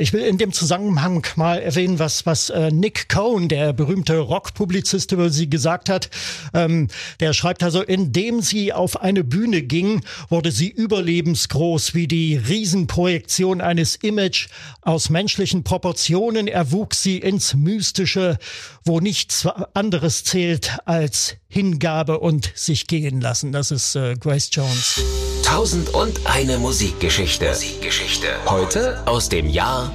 ich will in dem Zusammenhang mal erwähnen, was Nick Cohn, der berühmte Rockpublizist, über sie gesagt hat. Der schreibt also, indem sie auf eine Bühne ging, wurde sie überlebensgroß, wie die Riesenprojektion eines Image aus menschlichen Proportionen erwuchs sie ins Mystische, wo nichts anderes zählt als Hingabe und sich gehen lassen. Das ist Grace Jones. 1001 Musikgeschichte. Heute aus dem Jahr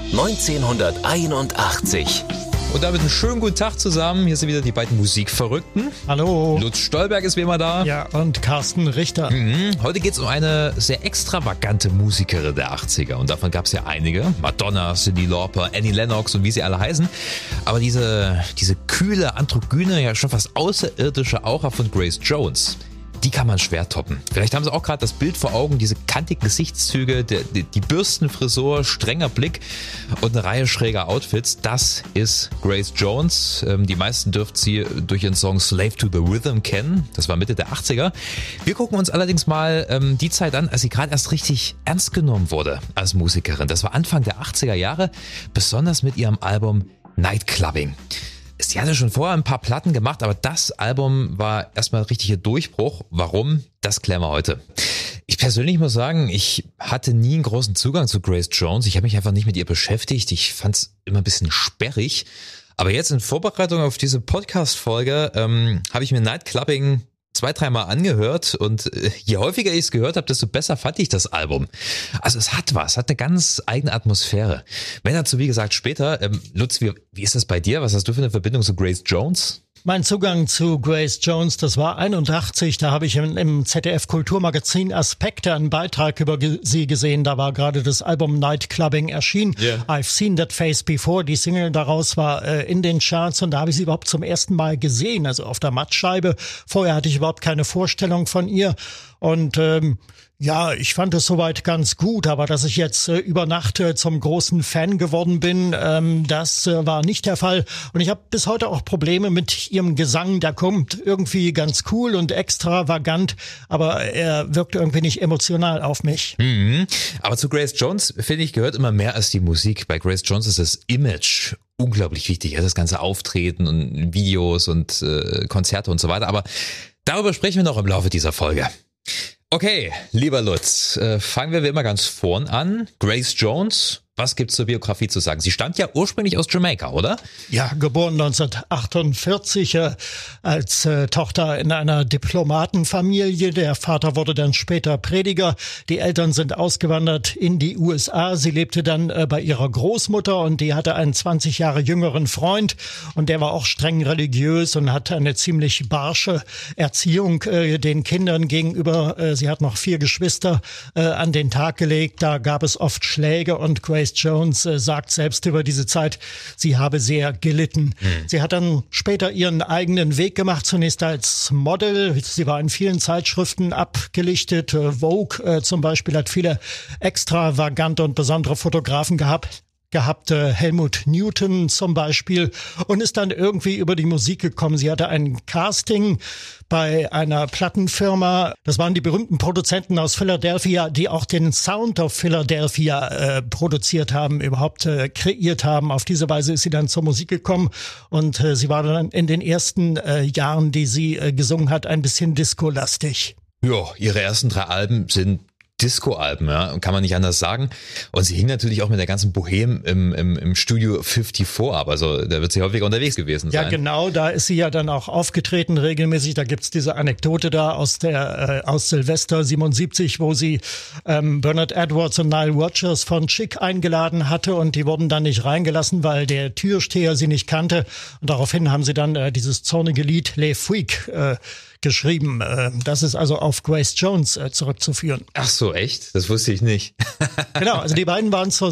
1981. Und damit einen schönen guten Tag zusammen. Hier sind wieder die beiden Musikverrückten. Hallo. Lutz Stolberg ist wie immer da. Ja, und Carsten Richter. Heute geht es um eine sehr extravagante Musikerin der 80er. Und davon gab es ja einige. Madonna, Cyndi Lauper, Annie Lennox und wie sie alle heißen. Aber diese kühle, androgyne, ja schon fast außerirdische Aura von Grace Jones, die kann man schwer toppen. Vielleicht haben Sie auch gerade das Bild vor Augen, diese kantigen Gesichtszüge, die Bürstenfrisur, strenger Blick und eine Reihe schräger Outfits. Das ist Grace Jones. Die meisten dürft sie durch ihren Song Slave to the Rhythm kennen. Das war Mitte der 80er. Wir gucken uns allerdings mal die Zeit an, als sie gerade erst richtig ernst genommen wurde als Musikerin. Das war Anfang der 80er Jahre, besonders mit ihrem Album Nightclubbing. Sie hatte schon vorher ein paar Platten gemacht, aber das Album war erstmal ein richtiger Durchbruch. Warum? Das klären wir heute. Ich persönlich muss sagen, ich hatte nie einen großen Zugang zu Grace Jones. Ich habe mich einfach nicht mit ihr beschäftigt. Ich fand es immer ein bisschen sperrig. Aber jetzt in Vorbereitung auf diese Podcast-Folge habe ich mir Nightclubbing 2-3 Mal angehört und je häufiger ich es gehört habe, desto besser fand ich das Album. Also es hat eine ganz eigene Atmosphäre. Mehr dazu, wie gesagt, später. Lutz, wie ist das bei dir? Was hast du für eine Verbindung zu Grace Jones? Mein Zugang zu Grace Jones, das war 81, da habe ich im ZDF-Kulturmagazin Aspekte einen Beitrag über sie gesehen. Da war gerade das Album Nightclubbing erschienen. Yeah. I've Seen That Face Before. Die Single daraus war in den Charts und da habe ich sie überhaupt zum ersten Mal gesehen, also auf der Mattscheibe. Vorher hatte ich überhaupt keine Vorstellung von ihr und ja, ich fand es soweit ganz gut, aber dass ich jetzt über Nacht zum großen Fan geworden bin, das war nicht der Fall. Und ich habe bis heute auch Probleme mit ihrem Gesang. Der kommt irgendwie ganz cool und extravagant, aber er wirkt irgendwie nicht emotional auf mich. Aber zu Grace Jones, finde ich, gehört immer mehr als die Musik. Bei Grace Jones ist das Image unglaublich wichtig. Ja, das ganze Auftreten und Videos und Konzerte und so weiter. Aber darüber sprechen wir noch im Laufe dieser Folge. Okay, lieber Lutz, fangen wir wie immer ganz vorn an. Grace Jones, was gibt's zur Biografie zu sagen? Sie stammt ja ursprünglich aus Jamaika, oder? Ja, geboren 1948 als Tochter in einer Diplomatenfamilie. Der Vater wurde dann später Prediger. Die Eltern sind ausgewandert in die USA. Sie lebte dann bei ihrer Großmutter und die hatte einen 20 Jahre jüngeren Freund und der war auch streng religiös und hat eine ziemlich barsche Erziehung den Kindern gegenüber. Sie hat noch 4 Geschwister an den Tag gelegt. Da gab es oft Schläge und Grace Jones sagt selbst über diese Zeit, sie habe sehr gelitten. Sie hat dann später ihren eigenen Weg gemacht, zunächst als Model. Sie war in vielen Zeitschriften abgelichtet. Vogue zum Beispiel hat viele extravagante und besondere Fotografen gehabt, Helmut Newton zum Beispiel, und ist dann irgendwie über die Musik gekommen. Sie hatte ein Casting bei einer Plattenfirma. Das waren die berühmten Produzenten aus Philadelphia, die auch den Sound of Philadelphia produziert haben, überhaupt kreiert haben. Auf diese Weise ist sie dann zur Musik gekommen und sie war dann in den ersten Jahren, die sie gesungen hat, ein bisschen discolastig. Ja, ihre ersten 3 Alben sind Disco-Alben, ja, kann man nicht anders sagen. Und sie hing natürlich auch mit der ganzen Bohème im Studio 54 ab. Also da wird sie häufiger unterwegs gewesen sein. Ja, genau, da ist sie ja dann auch aufgetreten regelmäßig. Da gibt's diese Anekdote da aus Silvester 77, wo sie Bernard Edwards und Nile Rodgers von Chic eingeladen hatte und die wurden dann nicht reingelassen, weil der Türsteher sie nicht kannte. Und daraufhin haben sie dann dieses zornige Lied Les Freaks geschrieben. Das ist also auf Grace Jones zurückzuführen. Ach so, echt? Das wusste ich nicht. Genau, also die beiden waren zur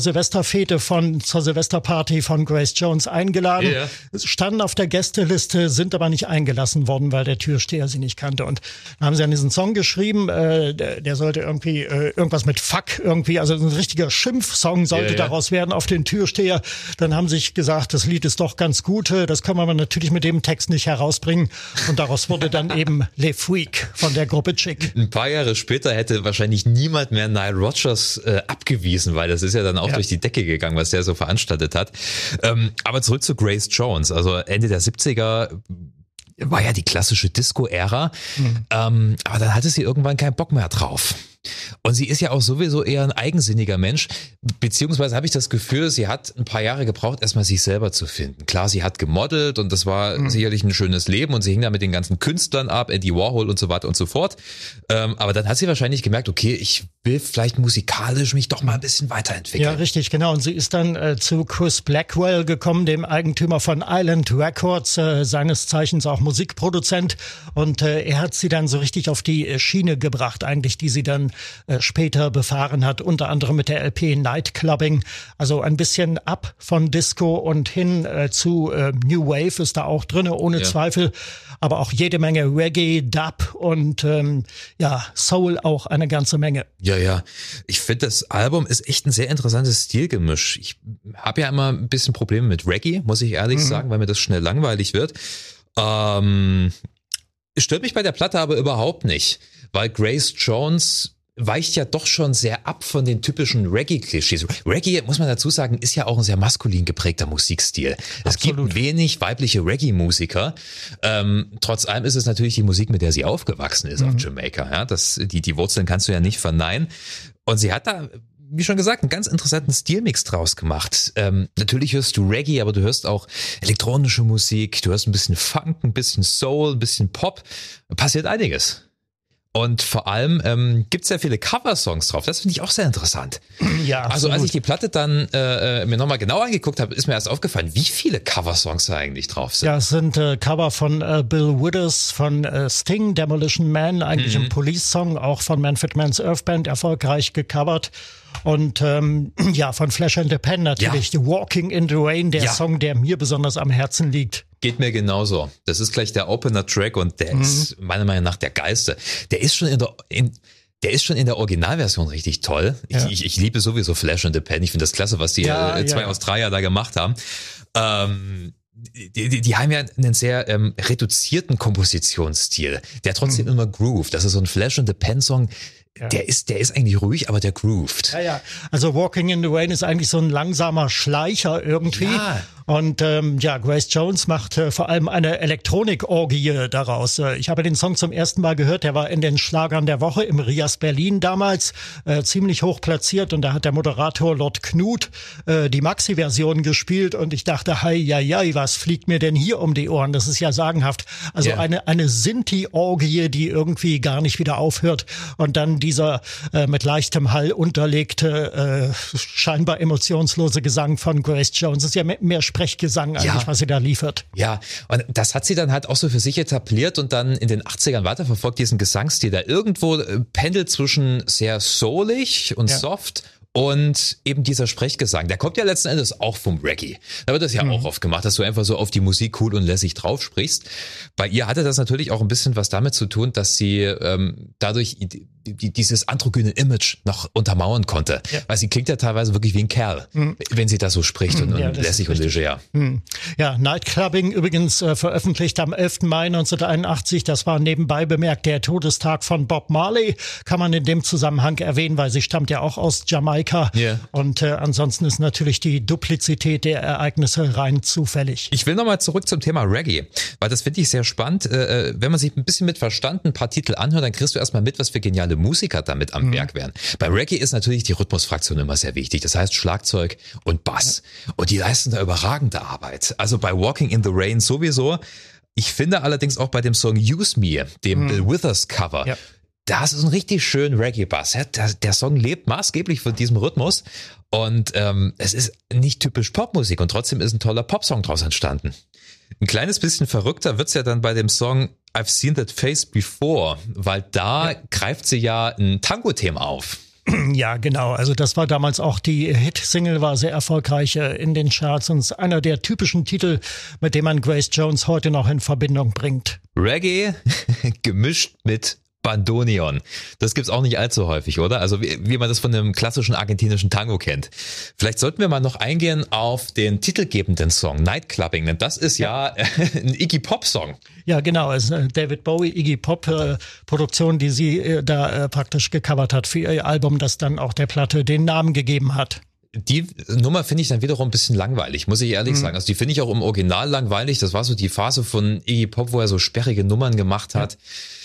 Silvesterparty von Grace Jones eingeladen, standen auf der Gästeliste, sind aber nicht eingelassen worden, weil der Türsteher sie nicht kannte. Und dann haben sie an diesen Song geschrieben, der sollte irgendwie irgendwas mit Fuck irgendwie, also ein richtiger Schimpfsong sollte daraus werden auf den Türsteher. Dann haben sie sich gesagt, das Lied ist doch ganz gut, das können wir aber natürlich mit dem Text nicht herausbringen. Und daraus wurde dann eben Album Le Freak von der Gruppe Chic. Ein paar Jahre später hätte wahrscheinlich niemand mehr Nile Rodgers abgewiesen, weil das ist ja dann auch durch die Decke gegangen, was der so veranstaltet hat. Aber zurück zu Grace Jones. Also Ende der 70er war ja die klassische Disco-Ära, aber dann hatte sie irgendwann keinen Bock mehr drauf. Und sie ist ja auch sowieso eher ein eigensinniger Mensch, beziehungsweise habe ich das Gefühl, sie hat ein paar Jahre gebraucht, erstmal sich selber zu finden. Klar, sie hat gemodelt und das war sicherlich ein schönes Leben und sie hing da mit den ganzen Künstlern ab, Andy Warhol und so weiter und so fort. Aber dann hat sie wahrscheinlich gemerkt, okay, ich will vielleicht musikalisch mich doch mal ein bisschen weiterentwickeln. Ja, richtig, genau. Und sie ist dann zu Chris Blackwell gekommen, dem Eigentümer von Island Records, seines Zeichens auch Musikproduzent. Und er hat sie dann so richtig auf die Schiene gebracht, eigentlich, die sie dann später befahren hat, unter anderem mit der LP Nightclubbing, also ein bisschen ab von Disco und hin zu New Wave ist da auch drin, ohne Zweifel, aber auch jede Menge Reggae, Dub und Soul auch eine ganze Menge. Ja, ich finde, das Album ist echt ein sehr interessantes Stilgemisch. Ich habe ja immer ein bisschen Probleme mit Reggae, muss ich ehrlich sagen, weil mir das schnell langweilig wird. Stört mich bei der Platte aber überhaupt nicht, weil Grace Jones weicht ja doch schon sehr ab von den typischen Reggae-Klischees. Reggae, muss man dazu sagen, ist ja auch ein sehr maskulin geprägter Musikstil. Es gibt wenig weibliche Reggae-Musiker. Trotz allem ist es natürlich die Musik, mit der sie aufgewachsen ist auf Jamaika. Ja, die Wurzeln kannst du ja nicht verneinen. Und sie hat da, wie schon gesagt, einen ganz interessanten Stilmix draus gemacht. Natürlich hörst du Reggae, aber du hörst auch elektronische Musik, du hörst ein bisschen Funk, ein bisschen Soul, ein bisschen Pop. Passiert einiges. Und vor allem gibt's sehr viele Coversongs drauf. Das finde ich auch sehr interessant. Ja, absolut. Also als ich die Platte dann mir nochmal genau angeguckt habe, ist mir erst aufgefallen, wie viele Coversongs da eigentlich drauf sind. Ja, es sind Cover von Bill Withers, von Sting, Demolition Man, eigentlich ein Police-Song, auch von Manfred Mann's Earth Band erfolgreich gecovert. Und von Flash and the Pan natürlich, The Walking in the Rain, der Song, der mir besonders am Herzen liegt. Geht mir genauso. Das ist gleich der Opener-Track und der ist meiner Meinung nach der geilste. Der ist schon in der Originalversion richtig toll. Ja. Ich liebe sowieso Flash and the Pan. Ich finde das klasse, was die zwei Australier da gemacht haben. Die haben ja einen sehr reduzierten Kompositionsstil, der trotzdem immer groovt. Das ist so ein Flash and the Pan Song. Ja. Der ist eigentlich ruhig, aber der groovt. Ja. Also Walking in the Rain ist eigentlich so ein langsamer Schleicher irgendwie. Ja. Und Grace Jones macht vor allem eine Elektronikorgie daraus. Ich habe den Song zum ersten Mal gehört, der war in den Schlagern der Woche im Rias Berlin damals, ziemlich hoch platziert. Und da hat der Moderator Lord Knut die Maxi-Version gespielt. Und ich dachte, hei, was fliegt mir denn hier um die Ohren? Das ist ja sagenhaft. Also eine Sinti-Orgie, die irgendwie gar nicht wieder aufhört. Und dann dieser mit leichtem Hall unterlegte, scheinbar emotionslose Gesang von Grace Jones. Das ist ja mehr Sprechgesang eigentlich, was sie da liefert. Ja, und das hat sie dann halt auch so für sich etabliert und dann in den 80ern weiterverfolgt, diesen Gesangsstil, der irgendwo pendelt zwischen sehr soulig und soft und eben dieser Sprechgesang, der kommt ja letzten Endes auch vom Reggae. Da wird das ja auch oft gemacht, dass du einfach so auf die Musik cool und lässig drauf sprichst. Bei ihr hatte das natürlich auch ein bisschen was damit zu tun, dass sie dadurch dieses androgyne Image noch untermauern konnte. Ja. Weil sie klingt ja teilweise wirklich wie ein Kerl, wenn sie da so spricht und lässig und leger. Ja, Nightclubbing übrigens veröffentlicht am 11. Mai 1981. Das war nebenbei bemerkt der Todestag von Bob Marley. Kann man in dem Zusammenhang erwähnen, weil sie stammt ja auch aus Jamaika. Yeah. Und ansonsten ist natürlich die Duplizität der Ereignisse rein zufällig. Ich will nochmal zurück zum Thema Reggae, weil das finde ich sehr spannend. Wenn man sich ein bisschen mit Verstand ein paar Titel anhört, dann kriegst du erstmal mit, was für geniale Musiker damit am Werk wären. Bei Reggae ist natürlich die Rhythmusfraktion immer sehr wichtig. Das heißt Schlagzeug und Bass. Und die leisten da überragende Arbeit. Also bei Walking in the Rain sowieso. Ich finde allerdings auch bei dem Song Use Me, dem Bill Withers Cover, das ist ein richtig schön Reggae-Bass. Der Song lebt maßgeblich von diesem Rhythmus. Und es ist nicht typisch Popmusik und trotzdem ist ein toller Popsong draus entstanden. Ein kleines bisschen verrückter wird's ja dann bei dem Song I've Seen That Face Before, weil da greift sie ja ein Tango-Thema auf. Ja, genau. Also das war damals auch die Hit-Single, war sehr erfolgreich in den Charts und ist einer der typischen Titel, mit dem man Grace Jones heute noch in Verbindung bringt. Reggae gemischt mit Bandoneon. Das gibt's auch nicht allzu häufig, oder? Also wie man das von einem klassischen argentinischen Tango kennt. Vielleicht sollten wir mal noch eingehen auf den titelgebenden Song Nightclubbing, denn das ist ja ein Iggy Pop-Song. Ja, genau. Es ist eine David Bowie, Iggy Pop-Produktion, die sie da praktisch gecovert hat für ihr Album, das dann auch der Platte den Namen gegeben hat. Die Nummer finde ich dann wiederum ein bisschen langweilig, muss ich ehrlich sagen. Also die finde ich auch im Original langweilig. Das war so die Phase von Iggy Pop, wo er so sperrige Nummern gemacht hat.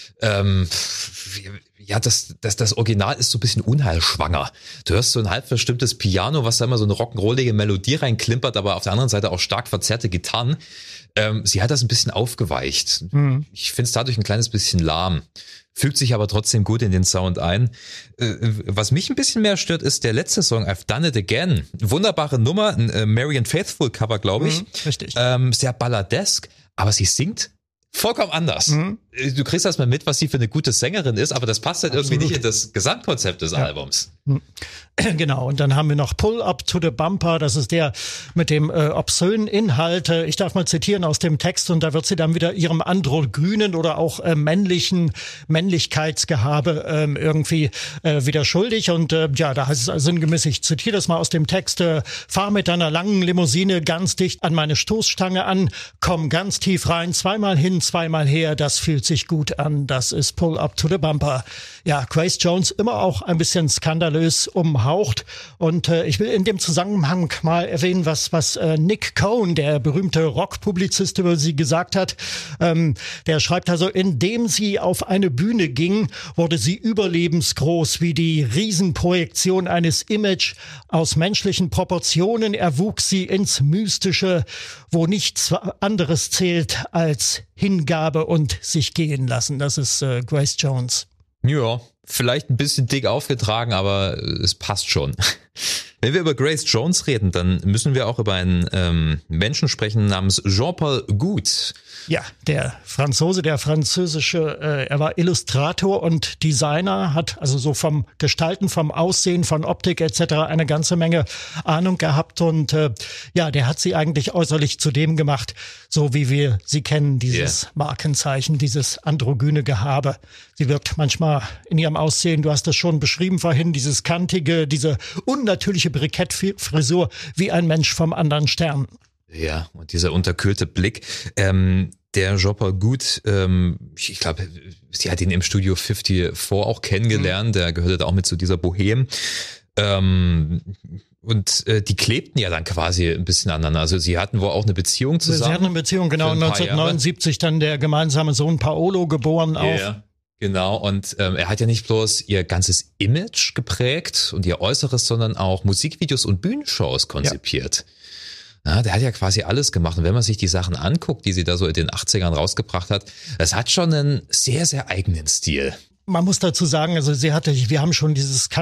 Das Original ist so ein bisschen unheilschwanger. Du hörst so ein halb verstimmtes Piano, was da immer so eine rock'n'rollige Melodie reinklimpert, aber auf der anderen Seite auch stark verzerrte Gitarren. Sie hat das ein bisschen aufgeweicht. Ich finde es dadurch ein kleines bisschen lahm. Fügt sich aber trotzdem gut in den Sound ein. Was mich ein bisschen mehr stört, ist der letzte Song, I've Done It Again. Wunderbare Nummer, ein Marianne Faithfull Cover, glaube ich. Richtig. Sehr balladesk, aber sie singt vollkommen anders. Du kriegst erst mal mit, was sie für eine gute Sängerin ist, aber das passt halt irgendwie nicht in das Gesamtkonzept des Albums. Genau, und dann haben wir noch Pull Up to the Bumper, das ist der mit dem obszönen Inhalt. Ich darf mal zitieren aus dem Text, und da wird sie dann wieder ihrem androgynen oder auch Männlichkeitsgehabe irgendwie wieder schuldig. Und da heißt es also sinngemäß, ich zitiere das mal aus dem Text: Fahr mit deiner langen Limousine ganz dicht an meine Stoßstange an, komm ganz tief rein, zweimal hin, zweimal her, das fühlt sich gut an, das ist Pull Up to the Bumper. Ja, Grace Jones immer auch ein bisschen skandalös umhaucht, und ich will in dem Zusammenhang mal erwähnen, was Nick Cohn, der berühmte Rockpublizist, über sie gesagt hat. Der schreibt also: Indem sie auf eine Bühne ging, wurde sie überlebensgroß wie die Riesenprojektion eines Image. Aus menschlichen Proportionen erwuchs sie ins Mystische, wo nichts anderes zählt als Hingabe und sich gehen lassen. Das ist Grace Jones. Ja, vielleicht ein bisschen dick aufgetragen, aber es passt schon. Wenn wir über Grace Jones reden, dann müssen wir auch über einen Menschen sprechen namens Jean-Paul Goude. Ja, der französische, er war Illustrator und Designer, hat also so vom Gestalten, vom Aussehen, von Optik etc. eine ganze Menge Ahnung gehabt, und der hat sie eigentlich äußerlich zu dem gemacht, so wie wir sie kennen, dieses Markenzeichen, dieses androgyne Gehabe. Sie wirkt manchmal in ihrem Aussehen, du hast das schon beschrieben vorhin, dieses kantige, diese unnatürliche Brikettfrisur wie ein Mensch vom anderen Stern. Ja, und dieser unterkühlte Blick. Der Jean-Paul Goude, ich glaube, sie hat ihn im Studio 54 auch kennengelernt, der gehörte auch mit zu dieser Bohème. Und die klebten ja dann quasi ein bisschen aneinander. Also sie hatten wohl auch eine Beziehung zusammen. Sie hatten eine Beziehung, genau. 1979 dann der gemeinsame Sohn Paolo geboren auch. Ja. Genau, und er hat ja nicht bloß ihr ganzes Image geprägt und ihr Äußeres, sondern auch Musikvideos und Bühnenshows konzipiert. Ja, der hat ja quasi alles gemacht. Und wenn man sich die Sachen anguckt, die sie da so in den 80ern rausgebracht hat, das hat schon einen sehr, sehr eigenen Stil. Man muss dazu sagen, also wir haben schon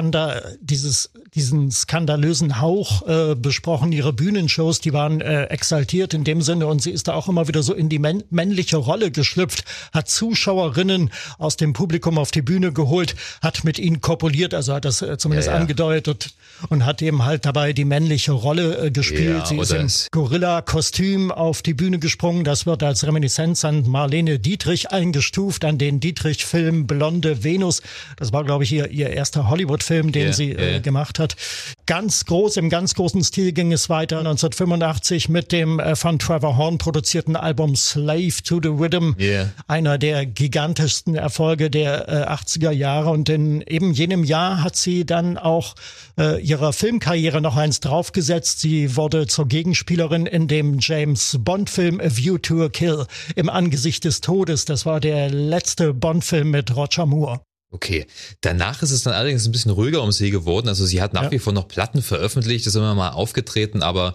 diesen skandalösen Hauch besprochen. Ihre Bühnenshows, die waren exaltiert in dem Sinne, und sie ist da auch immer wieder so in die männliche Rolle geschlüpft, hat Zuschauerinnen aus dem Publikum auf die Bühne geholt, hat mit ihnen kopuliert, also hat das zumindest angedeutet, und hat eben halt dabei die männliche Rolle gespielt. Sie ist im Gorilla-Kostüm auf die Bühne gesprungen. Das wird als Reminiszenz an Marlene Dietrich eingestuft, an den Dietrich-Film Blonde Venus. Das war, glaube ich, ihr erster Hollywood-Film, den sie gemacht hat. Im ganz großen Stil ging es weiter 1985 mit dem von Trevor Horn produzierten Album Slave to the Rhythm. Einer der gigantischsten Erfolge der 80er Jahre. Und in eben jenem Jahr hat sie dann auch ihrer Filmkarriere noch eins draufgesetzt. Sie wurde zur Gegenspielerin in dem James Bond-Film A View to a Kill, Im Angesicht des Todes. Das war der letzte Bond-Film mit Roger Moore. Okay, danach ist es dann allerdings ein bisschen ruhiger um sie geworden. Also sie hat nach wie vor noch Platten veröffentlicht, ist immer mal aufgetreten, aber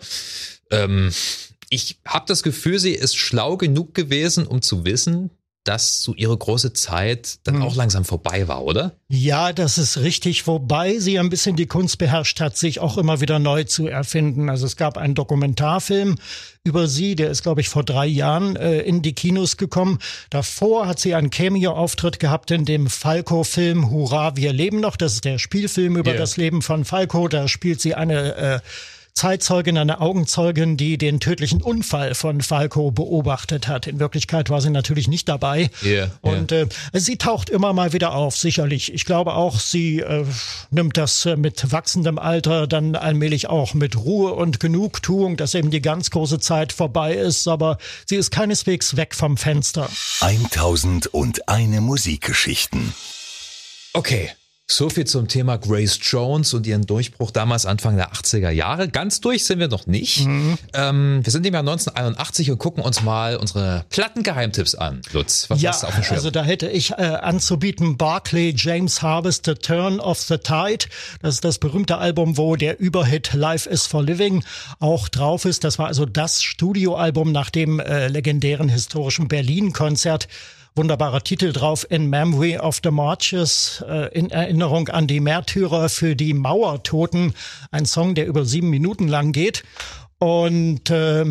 ich habe das Gefühl, sie ist schlau genug gewesen, um zu wissen, dass so ihre große Zeit dann auch langsam vorbei war, oder? Ja, das ist richtig, wobei sie ein bisschen die Kunst beherrscht hat, sich auch immer wieder neu zu erfinden. Also es gab einen Dokumentarfilm über sie, der ist, glaube ich, vor 3 Jahren in die Kinos gekommen. Davor hat sie einen Cameo-Auftritt gehabt in dem Falco-Film Hurra, wir leben noch. Das ist der Spielfilm über das Leben von Falco. Da spielt sie eine Zeitzeugin, eine Augenzeugin, die den tödlichen Unfall von Falco beobachtet hat. In Wirklichkeit war sie natürlich nicht dabei. Und sie taucht immer mal wieder auf, sicherlich. Ich glaube auch, sie nimmt das mit wachsendem Alter dann allmählich auch mit Ruhe und Genugtuung, dass eben die ganz große Zeit vorbei ist. Aber sie ist keineswegs weg vom Fenster. 1001 Musikgeschichten. Okay. So viel zum Thema Grace Jones und ihren Durchbruch damals Anfang der 80er Jahre. Ganz durch sind wir noch nicht. Wir sind im Jahr 1981 und gucken uns mal unsere Plattengeheimtipps an. Lutz, was hast du auf dem Schirm? Also da hätte ich anzubieten Barclay James Harvest, The Turn of the Tide. Das ist das berühmte Album, wo der Überhit Life is for Living auch drauf ist. Das war also das Studioalbum nach dem legendären historischen Berlin-Konzert. Wunderbarer Titel drauf, In Memory of the Marches, in Erinnerung an die Märtyrer für die Mauertoten. Ein Song, der über 7 Minuten lang geht. Und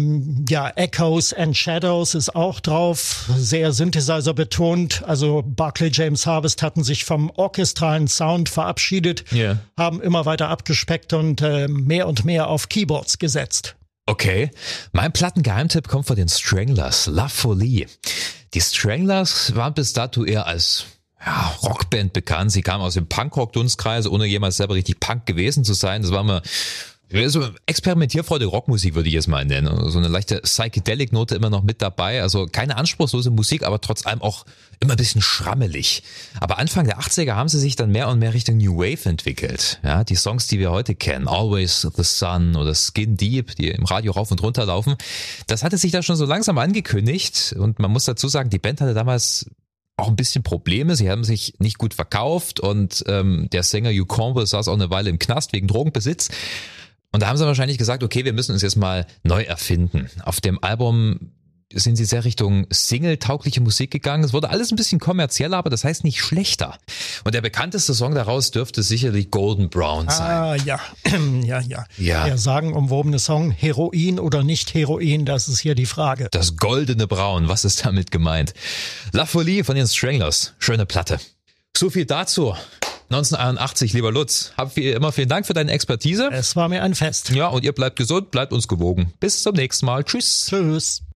Echoes and Shadows ist auch drauf, sehr Synthesizer betont. Also Barclay James Harvest hatten sich vom orchestralen Sound verabschiedet, haben immer weiter abgespeckt und mehr auf Keyboards gesetzt. Okay, mein Plattengeheimtipp kommt von den Stranglers, Love for Lee. Die Stranglers waren bis dato eher als Rockband bekannt. Sie kamen aus dem Punkrock-Dunstkreis, ohne jemals selber richtig Punk gewesen zu sein. Das war immer so Experimentierfreude Rockmusik, würde ich es mal nennen. So eine leichte Psychedelic-Note immer noch mit dabei. Also keine anspruchslose Musik, aber trotz allem auch immer ein bisschen schrammelig. Aber Anfang der 80er haben sie sich dann mehr und mehr Richtung New Wave entwickelt. Ja, die Songs, die wir heute kennen, Always the Sun oder Skin Deep, die im Radio rauf und runter laufen, das hatte sich da schon so langsam angekündigt. Und man muss dazu sagen, die Band hatte damals auch ein bisschen Probleme. Sie haben sich nicht gut verkauft und der Sänger Hugh Campbell saß auch eine Weile im Knast wegen Drogenbesitz. Und da haben sie wahrscheinlich gesagt, okay, wir müssen uns jetzt mal neu erfinden. Auf dem Album sind sie sehr Richtung Single-taugliche Musik gegangen. Es wurde alles ein bisschen kommerzieller, aber das heißt nicht schlechter. Und der bekannteste Song daraus dürfte sicherlich Golden Brown sein. Ja. Der sagenumwobene Song, Heroin oder nicht Heroin, das ist hier die Frage. Das goldene Braun, was ist damit gemeint? La Folie von den Stranglers, schöne Platte. So viel dazu. 1981, lieber Lutz, hab wie immer vielen Dank für deine Expertise. Es war mir ein Fest. Ja, und ihr bleibt gesund, bleibt uns gewogen. Bis zum nächsten Mal. Tschüss. Tschüss.